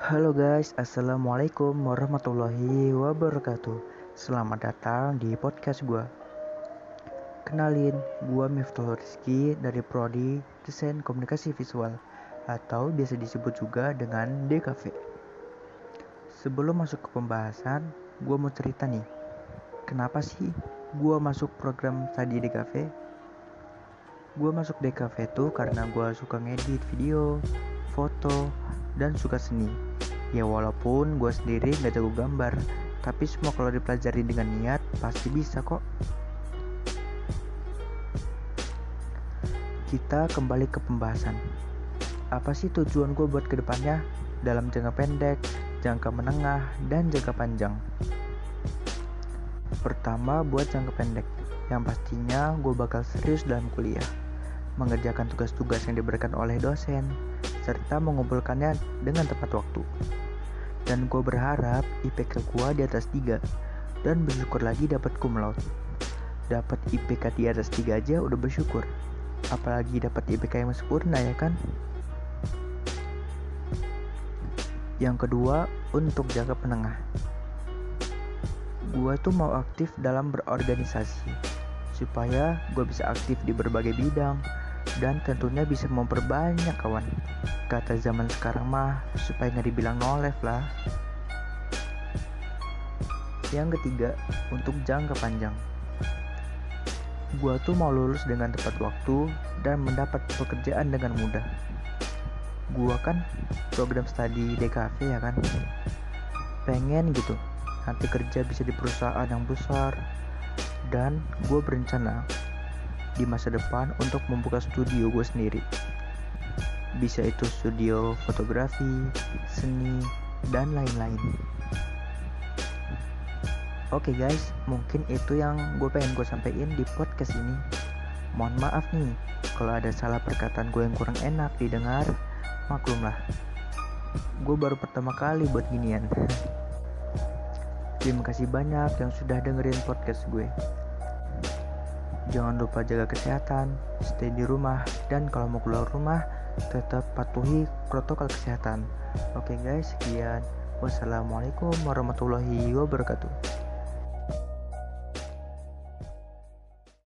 Halo guys, Assalamualaikum warahmatullahi wabarakatuh. Selamat datang di podcast gue. Kenalin, gue Miftah Rizky dari Prodi Desain Komunikasi Visual atau biasa disebut juga dengan DKV. Sebelum masuk ke pembahasan, gue mau cerita nih. Kenapa sih gue masuk program studi DKV? Gue masuk DKV tuh karena gue suka ngedit video, foto, dan suka seni. Ya walaupun gue sendiri gak jago gambar, tapi semua kalau dipelajari dengan niat pasti bisa kok. Kita kembali ke pembahasan. Apa sih tujuan gue buat kedepannya dalam jangka pendek, jangka menengah, dan jangka panjang? Pertama buat jangka pendek, yang pastinya gue bakal serius dalam kuliah, mengerjakan tugas-tugas yang diberikan oleh dosen, serta mengumpulkannya dengan tepat waktu. Dan gue berharap IPK gue di atas 3 dan bersyukur lagi dapat cum laude. Dapat IPK di atas 3 aja udah bersyukur, apalagi dapat IPK yang sempurna ya kan. Yang kedua, untuk jangka menengah, gue tuh mau aktif dalam berorganisasi supaya gue bisa aktif di berbagai bidang dan tentunya bisa memperbanyak kawan. Kata zaman sekarang mah supaya gak dibilang no life lah. Yang ketiga, untuk jangka panjang, gua tuh mau lulus dengan tepat waktu dan mendapat pekerjaan dengan mudah. Gua kan program studi DKV ya kan, pengen gitu nanti kerja bisa di perusahaan yang besar. Dan gua berencana di masa depan untuk membuka studio gue sendiri. Bisa itu studio fotografi, seni, dan lain-lain. Oke guys, mungkin itu yang gue pengen gue sampaikan di podcast ini. Mohon maaf nih kalau ada salah perkataan gue yang kurang enak didengar, maklumlah. Gue baru pertama kali buat ginian. Terima kasih banyak yang sudah dengerin podcast gue. Jangan lupa jaga kesehatan, stay di rumah, dan kalau mau keluar rumah tetap patuhi protokol kesehatan. Oke guys, sekian. Wassalamualaikum warahmatullahi wabarakatuh.